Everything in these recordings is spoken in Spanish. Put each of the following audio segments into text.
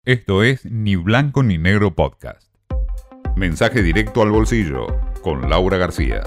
Esto es Ni Blanco ni Negro Podcast. Mensaje directo al bolsillo con Laura García.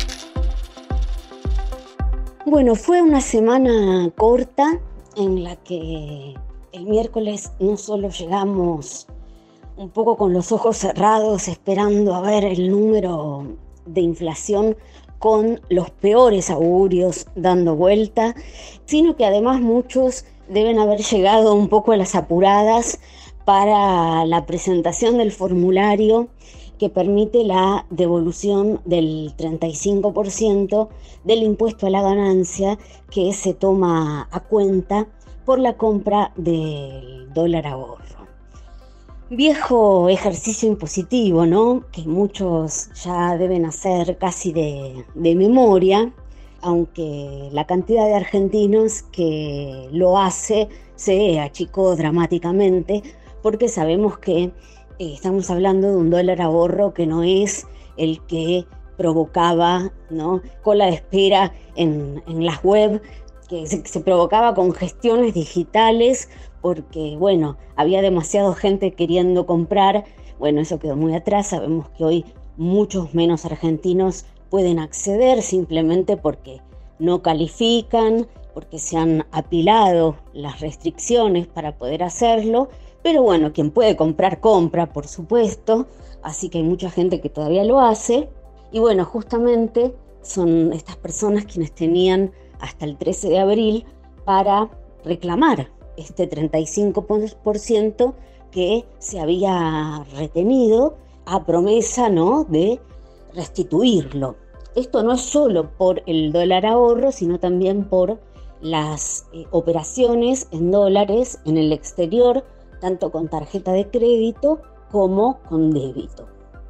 Bueno, fue una semana corta en la que el miércoles no solo llegamos un poco con los ojos cerrados esperando a ver el número de inflación con los peores augurios dando vuelta, sino que además muchos deben haber llegado un poco a las apuradas para la presentación del formulario que permite la devolución del 35% del impuesto a la ganancia que se toma a cuenta por la compra del dólar ahorro. Viejo ejercicio impositivo, ¿no? Que muchos ya deben hacer casi de memoria, aunque la cantidad de argentinos que lo hace se achicó dramáticamente, porque sabemos que estamos hablando de un dólar ahorro que no es el que provocaba, ¿no?, cola de espera en las web, que se provocaba con gestiones digitales, porque, bueno, había demasiada gente queriendo comprar. Bueno, eso quedó muy atrás. Sabemos que hoy muchos menos argentinos pueden acceder simplemente porque no califican, porque se han apilado las restricciones para poder hacerlo. Pero bueno, quien puede comprar, compra, por supuesto. Así que hay mucha gente que todavía lo hace. Y bueno, justamente son estas personas quienes tenían hasta el 13 de abril para reclamar este 35% que se había retenido a promesa, ¿no?, de restituirlo. Esto no es solo por el dólar ahorro, sino también por las operaciones en dólares en el exterior, tanto con tarjeta de crédito como con débito.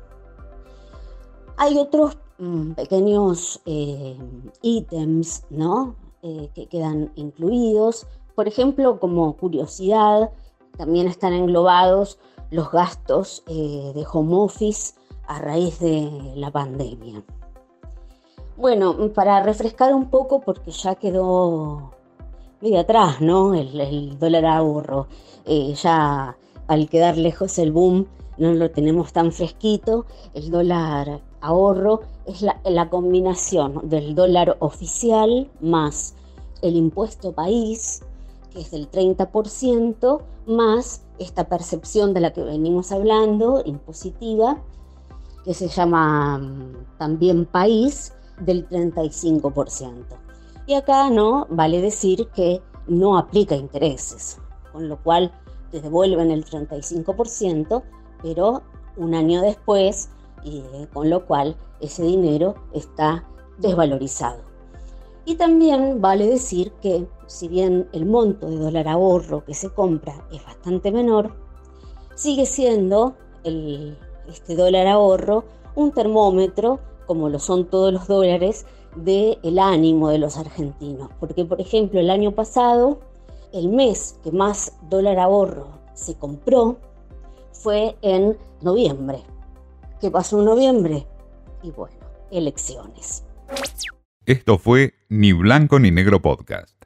Hay otros pequeños ítems, ¿no?, que quedan incluidos. Por ejemplo, como curiosidad, también están englobados los gastos de home office a raíz de la pandemia. Bueno, para refrescar un poco, porque ya quedó medio atrás, ¿no?, el dólar ahorro. Ya al quedar lejos el boom no lo tenemos tan fresquito. El dólar ahorro es la combinación del dólar oficial más el impuesto país, que es del 30%, más esta percepción de la que venimos hablando, impositiva, que se llama también país, del 35%. Y acá no vale decir que no aplica intereses, con lo cual te devuelven el 35%, pero un año después, y con lo cual ese dinero está desvalorizado. Y también vale decir que, si bien el monto de dólar ahorro que se compra es bastante menor, sigue siendo este dólar ahorro un termómetro, como lo son todos los dólares, del ánimo de los argentinos. Porque, por ejemplo, el año pasado, el mes que más dólar ahorro se compró fue en noviembre. ¿Qué pasó en noviembre? Y bueno, elecciones. Esto fue Ni Blanco ni Negro Podcast.